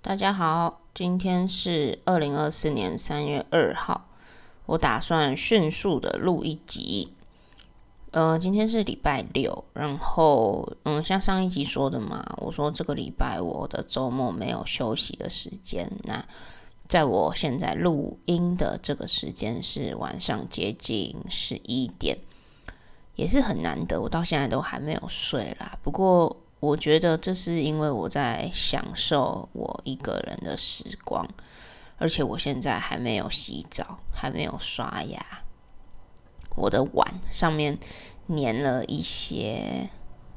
大家好，今天是2024年3月2号，我打算迅速的录一集。今天是礼拜六，然后像上一集说的嘛，我说这个礼拜我的周末没有休息的时间。那在我现在录音的这个时间是晚上接近11点，也是很难得，我到现在都还没有睡啦。不过我觉得这是因为我在享受我一个人的时光，而且我现在还没有洗澡，还没有刷牙，我的碗上面粘了一些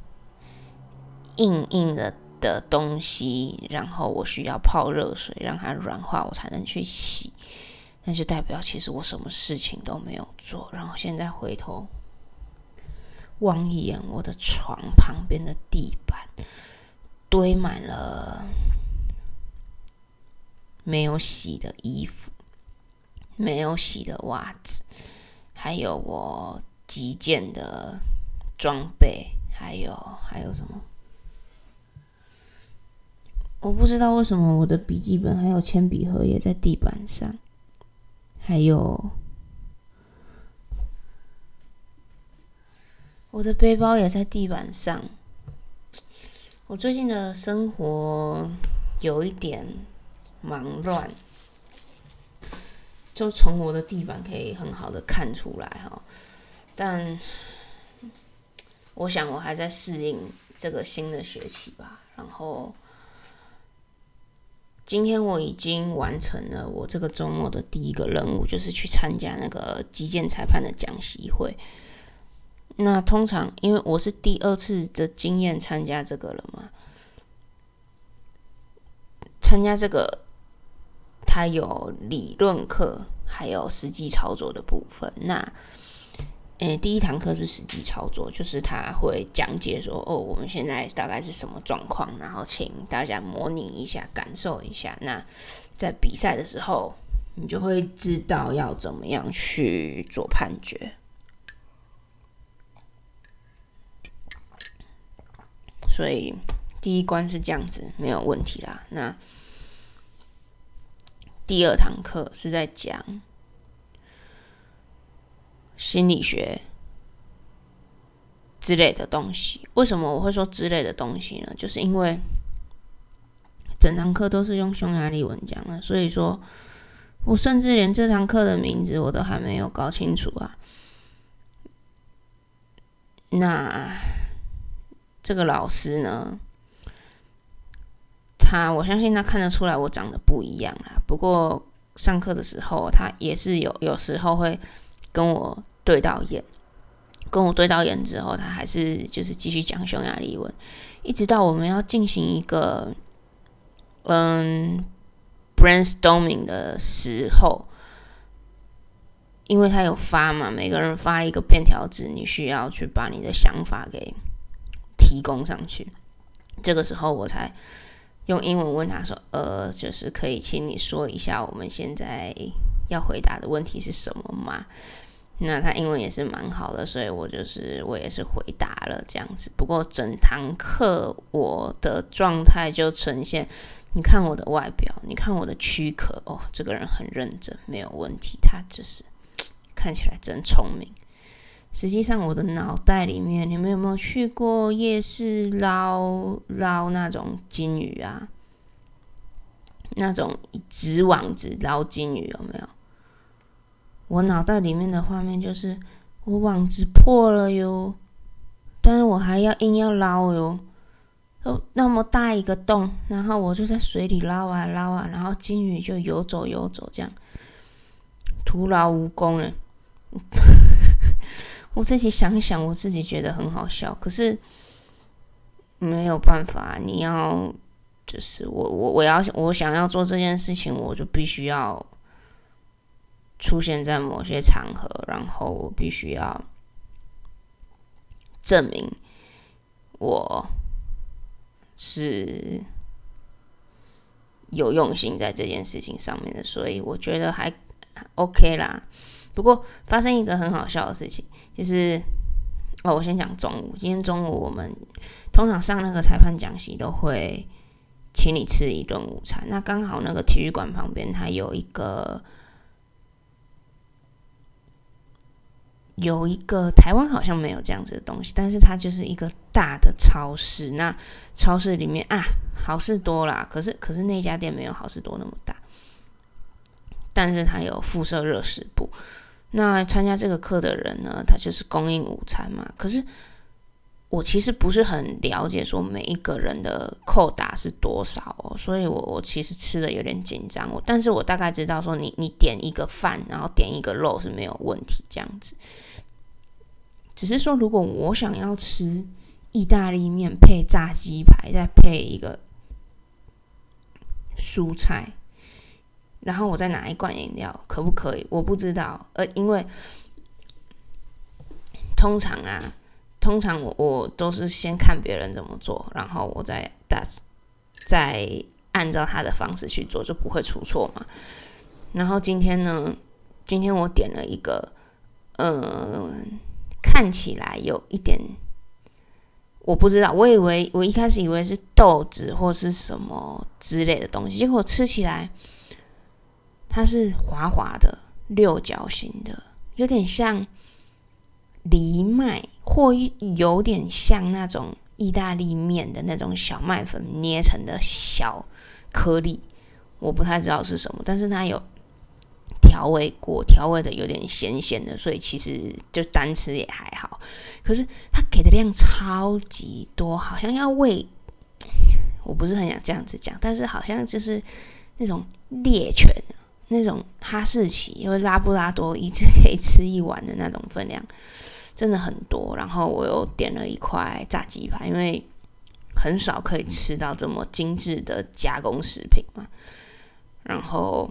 硬硬的东西，然后我需要泡热水让它软化，我才能去洗。那就代表其实我什么事情都没有做，然后现在回头望一眼我的床旁边的地板，堆满了没有洗的衣服，没有洗的袜子，还有我极简的装备，还有什么？我不知道为什么我的笔记本还有铅笔盒也在地板上，还有我的背包也在地板上。我最近的生活有一点忙乱，就从我的地板可以很好的看出来哈。但我想我还在适应这个新的学期吧。然后今天我已经完成了我这个周末的第一个任务，就是去参加那个击剑裁判的讲习会。那通常因为我是第二次的经验参加这个了嘛，参加这个它有理论课，还有实际操作的部分。那第一堂课是实际操作，就是他会讲解说，我们现在大概是什么状况，然后请大家模拟一下，感受一下。那在比赛的时候，你就会知道要怎么样去做判决。所以第一关是这样子，没有问题啦。那第二堂课是在讲心理学之类的东西。为什么我会说之类的东西呢？就是因为整堂课都是用匈牙利文讲的，所以说我甚至连这堂课的名字我都还没有搞清楚啊。那这个老师呢，我相信他看得出来我长得不一样啦。不过上课的时候，他也是有时候会跟我对到眼，之后，他还是就是继续讲匈牙利文，一直到我们要进行一个brainstorming 的时候，因为他有发嘛，每个人发一个便条纸，你需要去把你的想法给提供上去。这个时候我才用英文问他说，就是可以请你说一下我们现在要回答的问题是什么吗？那他英文也是蛮好的，所以我也是回答了这样子。不过整堂课我的状态就呈现，你看我的外表，你看我的躯壳，这个人很认真，没有问题，他就是看起来真聪明。实际上我的脑袋里面，你们有没有去过夜市捞那种金鱼啊？那种纸网子捞金鱼有没有？我脑袋里面的画面就是，我网子破了哟，但是我还硬要捞哟，那么大一个洞，然后我就在水里捞啊，然后金鱼就游走这样，徒劳无功了。我自己想一想，我自己觉得很好笑，可是没有办法，你要就是我想要做这件事情，我就必须要出现在某些场合，然后我必须要证明我是有用心在这件事情上面的，所以我觉得还 OK 啦。不过发生一个很好笑的事情，就是我先讲中午。今天中午我们通常上那个裁判讲习都会请你吃一顿午餐。那刚好那个体育馆旁边它有一个台湾好像没有这样子的东西，但是它就是一个大的超市。那超市里面好事多啦，可是那家店没有好事多那么大，但是它有附设热食部。那参加这个课的人呢，他就是供应午餐嘛。可是我其实不是很了解说每一个人的扣打是多少所以我其实吃的有点紧张。但是我大概知道说你点一个饭，然后点一个肉是没有问题这样子。只是说如果我想要吃意大利面配炸鸡排，再配一个蔬菜，然后我再拿一罐饮料，可不可以？我不知道。因为通常我都是先看别人怎么做，然后我再按照他的方式去做，就不会出错嘛。然后今天我点了一个看起来有一点我不知道，我一开始以为是豆子或是什么之类的东西，结果吃起来它是滑滑的六角形的，有点像藜麦，或有点像那种意大利面的那种小麦粉捏成的小颗粒，我不太知道是什么，但是它有调味过，调味的有点咸咸的，所以其实就单吃也还好。可是它给的量超级多，好像要喂，我不是很想这样子讲，但是好像就是那种猎犬，那种哈士奇因为拉布拉多一次可以吃一碗的那种分量，真的很多。然后我又点了一块炸鸡排，因为很少可以吃到这么精致的加工食品嘛。然后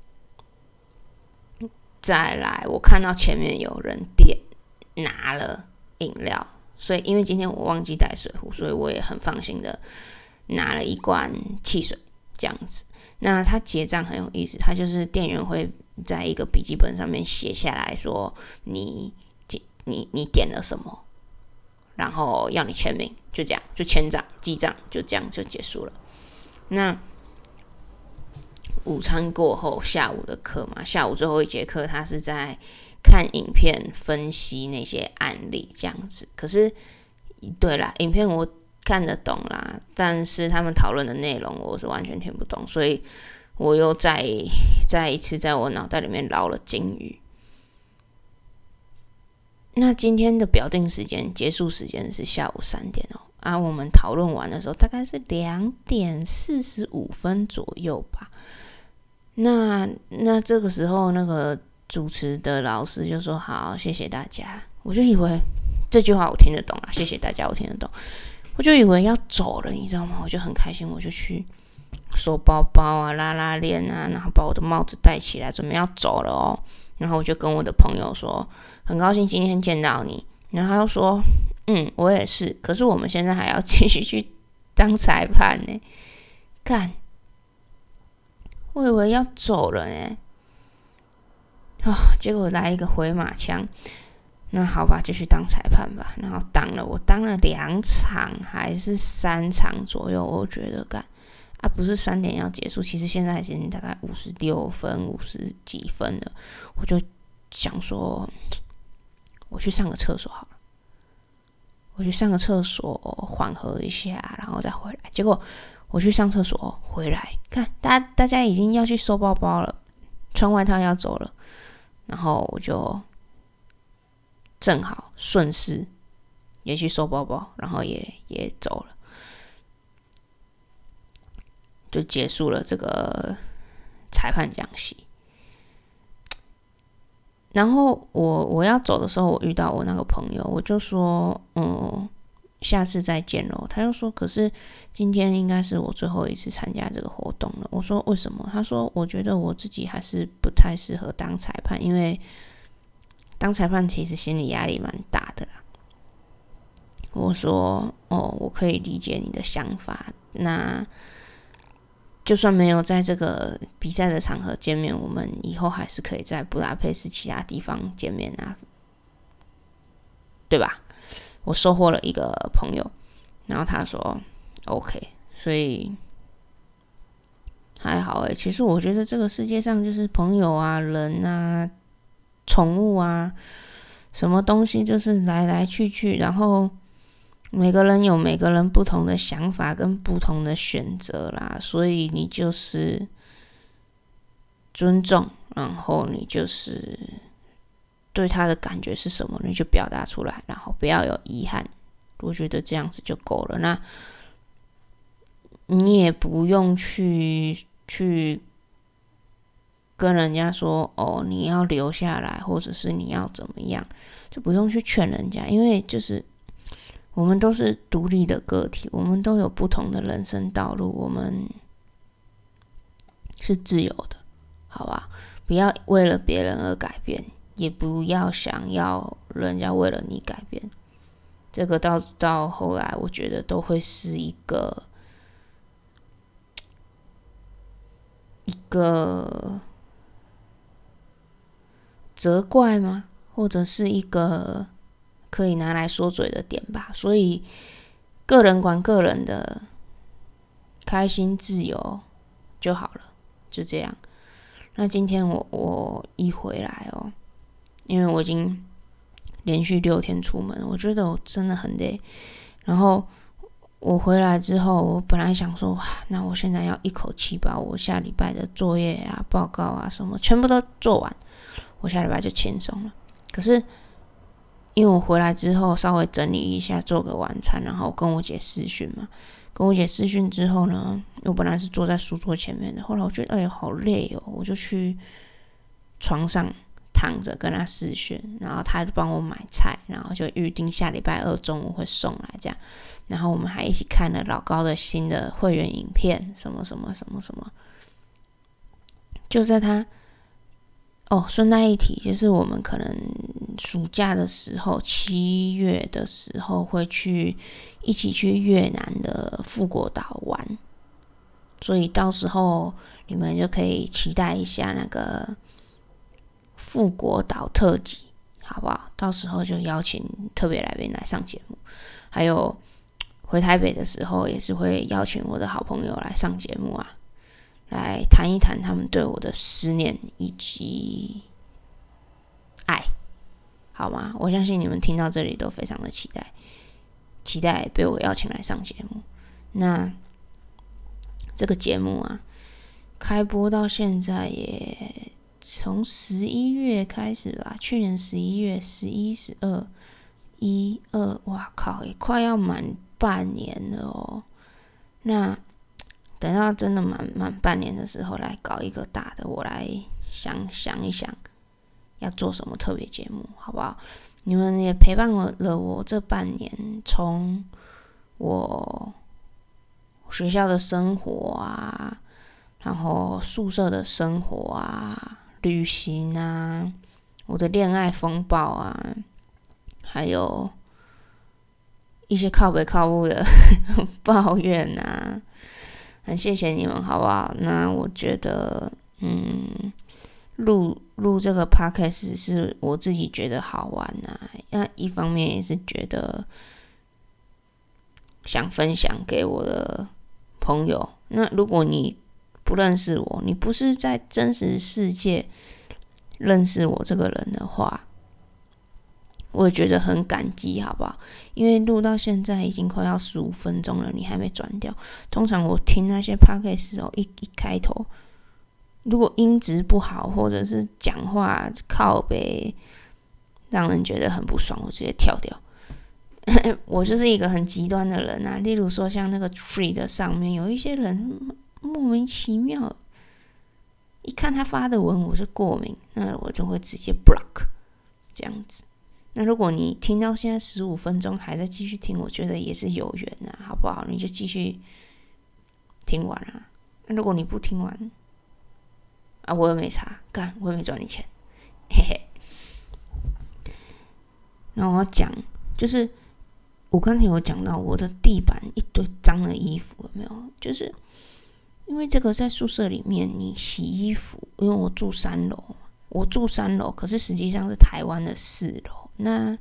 再来，我看到前面有人拿了饮料，所以因为今天我忘记带水壶，所以我也很放心的拿了一罐汽水这样子。那他结账很有意思，他就是店员会在一个笔记本上面写下来说你点了什么，然后要你签名，就这样，就签账记账，就这样就结束了。那午餐过后，下午的课嘛，下午最后一节课，他是在看影片分析那些案例这样子。可是，对啦，影片我看得懂啦，但是他们讨论的内容我是完全听不懂，所以我又再一次在我脑袋里面捞了金鱼。那今天的表定时间结束时间是下午3点我们讨论完的时候大概是2点45分左右吧。那这个时候，那个主持的老师就说：“好，谢谢大家。”我就以为这句话我听得懂了，谢谢大家，我听得懂。我就以为要走了，你知道吗？我就很开心，我就去收包包拉链然后把我的帽子戴起来，准备要走了然后我就跟我的朋友说：“很高兴今天见到你。”然后他又说：“我也是，可是我们现在还要继续去当裁判呢。”干！我以为要走了呢，结果来一个回马枪。那好吧，就去当裁判吧。然后我当了2场还是3场左右，我觉得不是3点要结束，其实现在已经大概56分50几分了。我就想说，我去上个厕所好了，我去上个厕所缓和一下，然后再回来。结果我去上厕所回来，看大家已经要去收包包了，穿外套要走了，然后我就正好顺势也去收包包，然后也走了，就结束了这个裁判讲习。然后我要走的时候，我遇到我那个朋友，我就说下次再见咯。他就说可是今天应该是我最后一次参加这个活动了。我说为什么？他说我觉得我自己还是不太适合当裁判，因为当裁判其实心理压力蛮大的啦。我说我可以理解你的想法，那就算没有在这个比赛的场合见面，我们以后还是可以在布达佩斯其他地方见面对吧？我收获了一个朋友，然后他说 OK， 所以还好诶，其实我觉得这个世界上就是朋友啊、人啊、宠物啊，什么东西就是来来去去，然后每个人有每个人不同的想法跟不同的选择啦，所以你就是尊重，然后你就是对他的感觉是什么，你就表达出来，然后不要有遗憾。我觉得这样子就够了。那你也不用去跟人家说哦，你要留下来，或者是你要怎么样，就不用去劝人家，因为就是我们都是独立的个体，我们都有不同的人生道路，我们是自由的，好吧？不要为了别人而改变，也不要想要人家为了你改变。这个到后来，我觉得都会是一个责怪吗？或者是一个可以拿来说嘴的点吧。所以个人管个人的，开心自由就好了，就这样。那今天我一回来哦，因为我已经连续6天出门，我觉得我真的很累。然后我回来之后，我本来想说，哇，那我现在要一口气把我下礼拜的作业啊、报告啊什么全部都做完，我下礼拜就轻松了。可是因为我回来之后稍微整理一下，做个晚餐，然后跟我姐视讯嘛。跟我姐视讯之后呢，我本来是坐在书桌前面的，后来我觉得哎好累哦，我就去床上躺着跟她视讯，然后她就帮我买菜，然后就预定下礼拜2中午会送来这样。然后我们还一起看了老高的新的会员影片，什么什么什么什么。就在他顺带一提，就是我们可能暑假的时候，7月的时候会一起去越南的富国岛玩，所以到时候你们就可以期待一下那个富国岛特辑，好不好？到时候就邀请特别来宾来上节目，还有回台北的时候也是会邀请我的好朋友来上节目啊，来谈一谈他们对我的思念以及爱，好吗？我相信你们听到这里都非常的期待被我邀请来上节目。那这个节目啊，开播到现在也从11月开始吧，去年11月、11、12、12，哇靠，也快要满半年了哦。那等到真的满半年的时候，来搞一个大的，我来想一想要做什么特别节目，好不好？你们也陪伴了我这半年，从我学校的生活啊，然后宿舍的生活啊，旅行啊，我的恋爱风暴啊，还有一些靠北靠北的抱怨啊，很谢谢你们，好不好？那我觉得，录这个 podcast 是我自己觉得好玩啊，那一方面也是觉得想分享给我的朋友。那如果你不认识我，你不是在真实世界认识我这个人的话，我也觉得很感激，好不好？因为录到现在已经快要15分钟了，你还没转掉。通常我听那些 podcast 一开头，如果音质不好，或者是讲话靠北，让人觉得很不爽，我直接跳掉。我就是一个很极端的人啊，例如说像那个 tree 的上面有一些人莫名其妙，一看他发的文我是过敏，那我就会直接 block 这样子。那如果你听到现在15分钟还在继续听，我觉得也是有缘啊，好不好？你就继续听完啊。那如果你不听完啊，我也没差，干我也没赚你钱，嘿嘿。然后我要讲，就是我刚才有讲到我的地板一堆脏的衣服，有没有？就是因为这个在宿舍里面，你洗衣服，因为我住3楼，可是实际上是台湾的4楼。那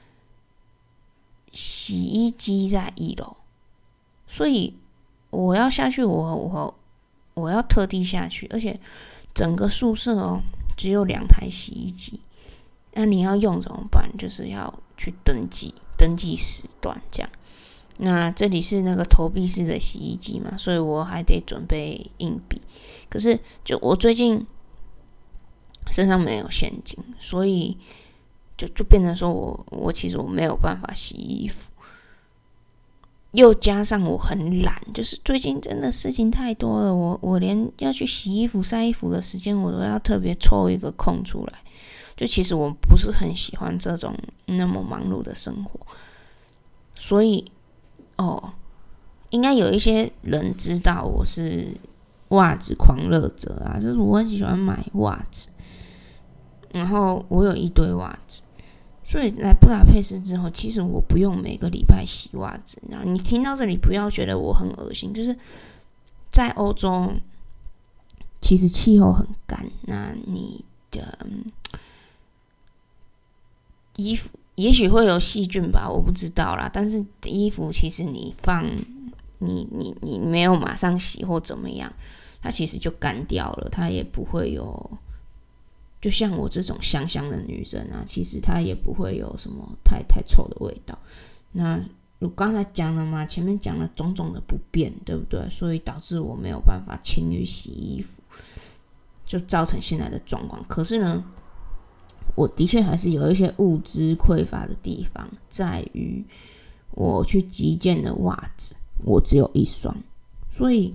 洗衣机在1楼，所以我要下去，我我要特地下去，而且整个宿舍只有2台洗衣机，那你要用怎么办？就是要去登记时段这样。那这里是那个投币式的洗衣机嘛，所以我还得准备硬币。可是就我最近身上没有现金，所以就变成说我其实我没有办法洗衣服，又加上我很懒，就是最近真的事情太多了，我连要去洗衣服、晒衣服的时间我都要特别抽一个空出来。就其实我不是很喜欢这种那么忙碌的生活，所以应该有一些人知道我是袜子狂热者啊，就是我很喜欢买袜子，然后我有一堆袜子，所以来布达佩斯之后，其实我不用每个礼拜洗袜子。然后你听到这里不要觉得我很恶心，就是在欧洲，其实气候很干，那你的衣服也许会有细菌吧，我不知道啦。但是衣服其实你放你没有马上洗或怎么样，它其实就干掉了，它也不会有。就像我这种香香的女生啊，其实她也不会有什么太臭的味道。那我刚才讲了嘛，前面讲了种种的不便，对不对？所以导致我没有办法勤于洗衣服，就造成现在的状况。可是呢，我的确还是有一些物资匮乏的地方，在于我去极简的袜子，我只有1双，所以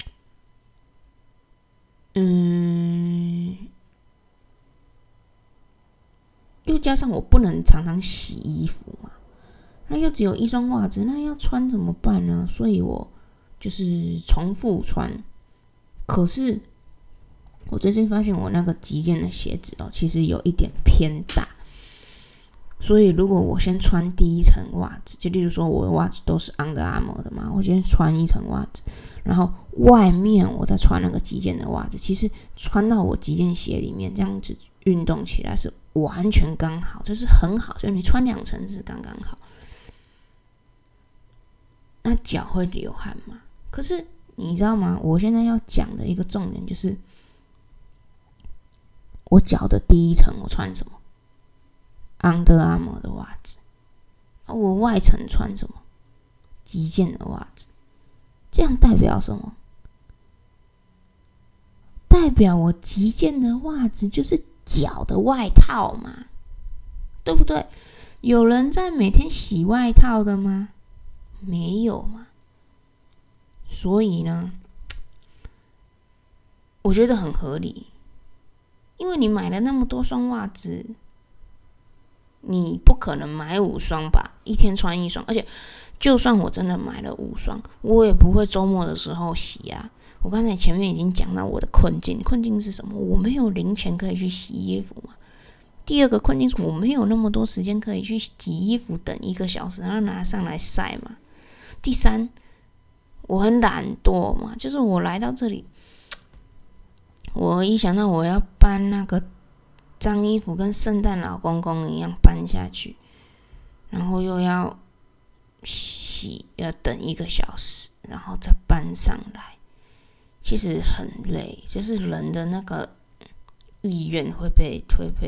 又加上我不能常常洗衣服嘛，那又只有1双袜子，那要穿怎么办呢？所以我就是重复穿。可是我最近发现我那个极简的鞋子其实有一点偏大，所以如果我先穿第一层袜子，就例如说我的袜子都是 Under Armour 的嘛，我先穿1层袜子，然后外面我再穿那个极简的袜子，其实穿到我极简鞋里面，这样子运动起来是完全刚好，就是很好，就是你穿2层是刚刚好。那脚会流汗吗？可是你知道吗？我现在要讲的一个重点就是，我脚的第一层我穿什么 ？Under Armour 的袜子。我外层穿什么？极简的袜子。这样代表什么？代表我极简的袜子就是脚的外套嘛，对不对？有人在每天洗外套的吗？没有嘛。所以呢，我觉得很合理，因为你买了那么多双袜子，你不可能买5双吧，一天穿1双，而且就算我真的买了5双，我也不会周末的时候洗啊。我刚才前面已经讲到我的困境是什么？我没有零钱可以去洗衣服嘛。第二个困境是我没有那么多时间可以去洗衣服，等1个小时然后拿上来晒嘛。第三，我很懒惰嘛，就是我来到这里，我一想到我要搬那个脏衣服跟圣诞老公公一样搬下去，然后又要洗，要等1个小时，然后再搬上来，其实很累，就是人的那个意愿会被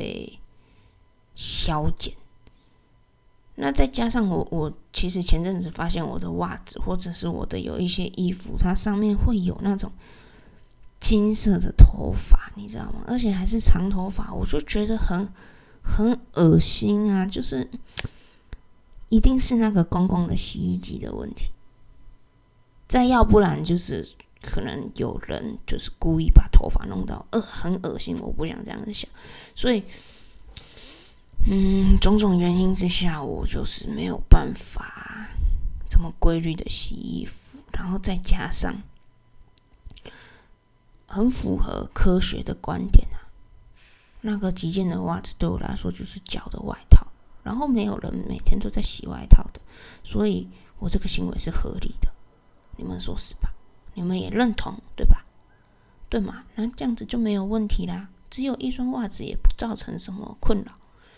消减。那再加上我其实前阵子发现我的袜子或者是我的有一些衣服，它上面会有那种金色的头发，你知道吗？而且还是长头发，我就觉得很恶心啊！就是一定是那个公共的洗衣机的问题，再要不然就是可能有人就是故意把头发弄到很恶心，我不想这样子想，所以种种原因之下，我就是没有办法这么规律的洗衣服，然后再加上很符合科学的观点啊，那个极简的袜子对我来说就是脚的外套，然后没有人每天都在洗外套的，所以我这个行为是合理的，你们说是吧？你们也认同对吧？对嘛？那这样子就没有问题啦，只有1双袜子也不造成什么困扰。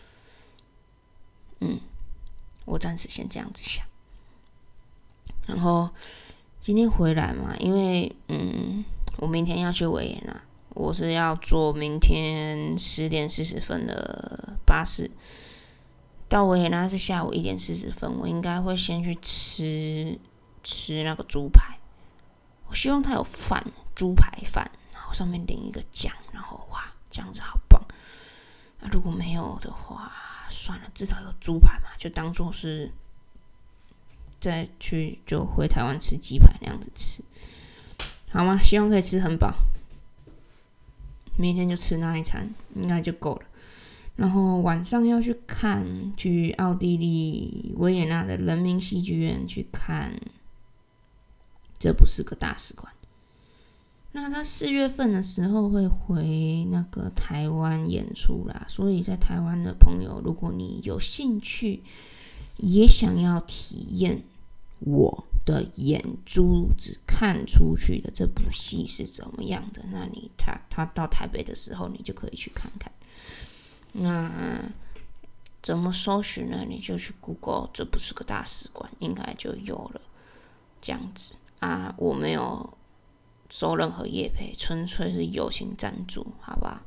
我暂时先这样子想。然后今天回来嘛，因为我明天要去维也纳，我是要坐明天10:40的巴士到维也纳，是下午1:40。我应该会先去吃那个猪排，我希望它有饭，猪排饭，然后上面淋一个酱，然后哇，这样子好棒。那如果没有的话，算了，至少有猪排嘛，就当做是再去就回台湾吃鸡排那样子吃，好吗？希望可以吃很饱，明天就吃那一餐，应该就够了。然后晚上要去奥地利维也纳的人民戏剧院去看这不是个大使馆。那他4月份的时候会回那个台湾演出啦，所以在台湾的朋友，如果你有兴趣，也想要体验我的眼珠子看出去的这部戏是怎么样的，那他到台北的时候，你就可以去看看。那怎么搜寻呢？你就去 Google 这不是个大使馆，应该就有了。这样子啊，我没有收任何业配，纯粹是友情赞助，好吧？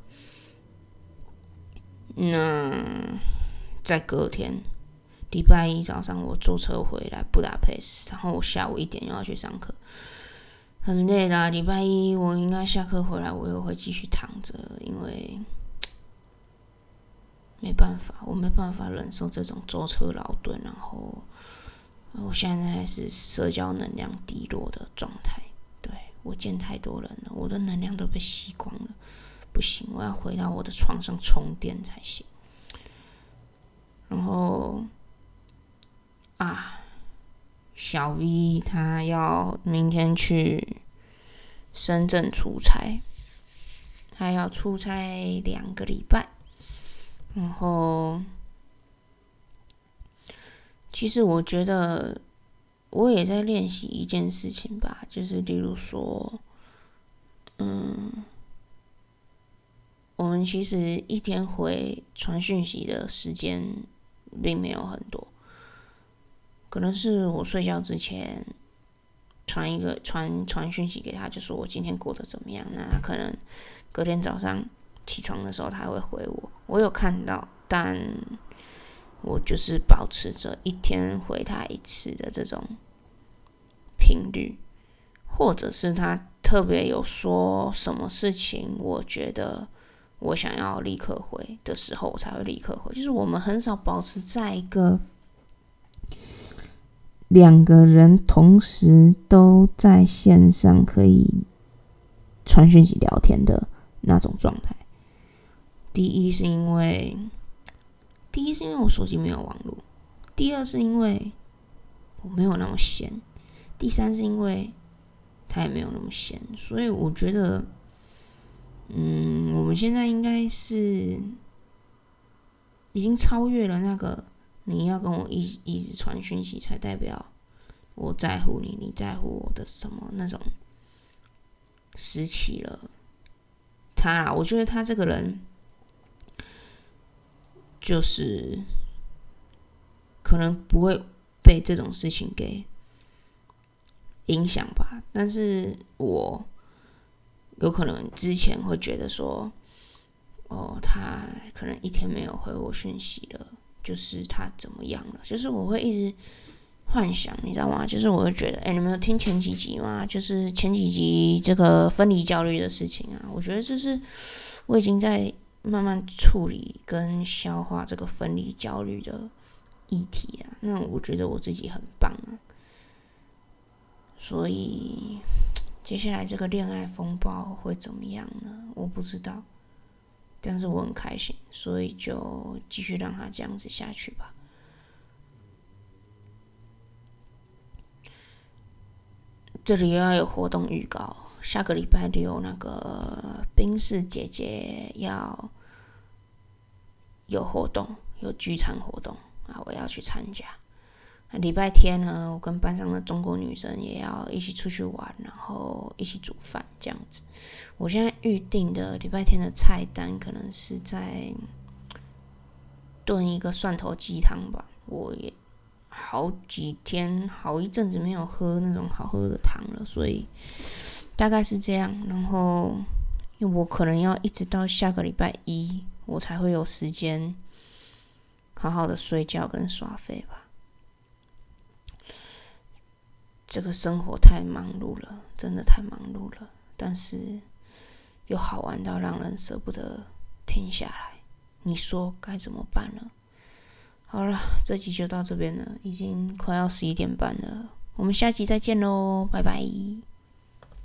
那在隔天礼拜一早上，我坐车回来布达佩斯，然后我下午1点又要去上课，很累的啊。礼拜一我应该下课回来，我又会继续躺着，因为没办法，我没办法忍受这种舟车劳顿，然后我现在是社交能量低落的状态。对，我见太多人了，我的能量都被吸光了，不行，我要回到我的床上充电才行。然后小 V 他要明天去深圳出差，他要出差2个礼拜。然后其实我觉得我也在练习一件事情吧，就是例如说我们其实一天回传讯息的时间并没有很多，可能是我睡觉之前传讯息给他，就说我今天过得怎么样，那他可能隔天早上起床的时候他会回我，我有看到，但我就是保持着一天回他1次的这种频率，或者是他特别有说什么事情，我觉得我想要立刻回的时候，我才会立刻回。就是我们很少保持在一个2个人同时都在线上可以传讯息聊天的那种状态。第一是因为我手机没有网络，第二是因为我没有那么闲，第三是因为他也没有那么闲，所以我觉得我们现在应该是已经超越了那个你要跟我一直传讯息才代表我在乎你，你在乎我的什么那种时期了。我觉得他这个人就是可能不会被这种事情给影响吧，但是我有可能之前会觉得说，他可能一天没有回我讯息了，就是他怎么样了，就是我会一直幻想，你知道吗？就是我会觉得，你们有听前几集吗？就是前几集这个分离焦虑的事情啊，我觉得就是我已经在慢慢处理跟消化这个分离焦虑的议题啊。那我觉得我自己很棒啊，所以接下来这个恋爱风暴会怎么样呢？我不知道，但是我很开心，所以就继续让它这样子下去吧。这里又要有活动预告，下个礼拜6那个冰室姐姐要有活动，有聚餐活动啊，我要去参加。礼拜天呢，我跟班上的中国女生也要一起出去玩，然后一起煮饭这样子。我现在预定的礼拜天的菜单可能是在炖一个蒜头鸡汤吧，我也好几天、好一阵子没有喝那种好喝的汤了，所以大概是这样。然后，因为我可能要一直到下个礼拜一，我才会有时间好好的睡觉跟耍废吧。这个生活太忙碌了，真的太忙碌了，但是又好玩到让人舍不得停下来。你说该怎么办呢？好了，这集就到这边了，已经快要11点半了，我们下集再见喽，拜拜。